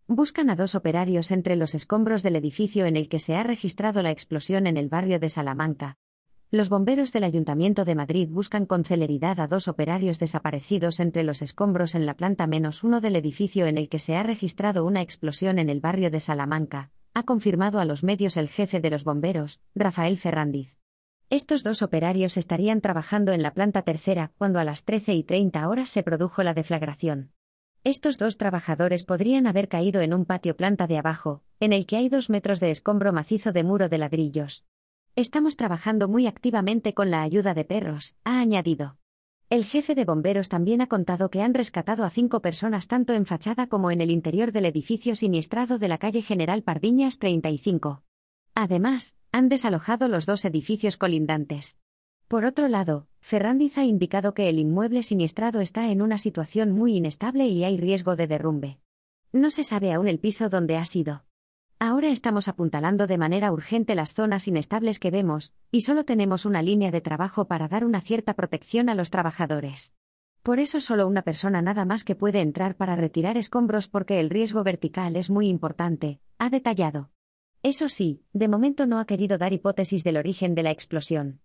Buscan a 2 operarios entre los escombros del edificio en el que se ha registrado la explosión en el barrio de Salamanca. Los bomberos del Ayuntamiento de Madrid buscan con celeridad a 2 operarios desaparecidos entre los escombros en la planta -1 del edificio en el que se ha registrado una explosión en el barrio de Salamanca, ha confirmado a los medios el jefe de los bomberos, Rafael Ferrandiz. Estos 2 operarios estarían trabajando en la planta tercera cuando a las 13:30 horas se produjo la deflagración. Estos 2 trabajadores podrían haber caído en un patio planta de abajo, en el que hay 2 metros de escombro macizo de muro de ladrillos. Estamos trabajando muy activamente con la ayuda de perros, ha añadido. El jefe de bomberos también ha contado que han rescatado a 5 personas tanto en fachada como en el interior del edificio siniestrado de la calle General Pardiñas 35. Además, han desalojado los 2 edificios colindantes. Por otro lado, Ferrandiz ha indicado que el inmueble siniestrado está en una situación muy inestable y hay riesgo de derrumbe. No se sabe aún el piso donde ha sido. Ahora estamos apuntalando de manera urgente las zonas inestables que vemos, y solo tenemos una línea de trabajo para dar una cierta protección a los trabajadores. Por eso solo una persona nada más que puede entrar para retirar escombros porque el riesgo vertical es muy importante, ha detallado. Eso sí, de momento no ha querido dar hipótesis del origen de la explosión.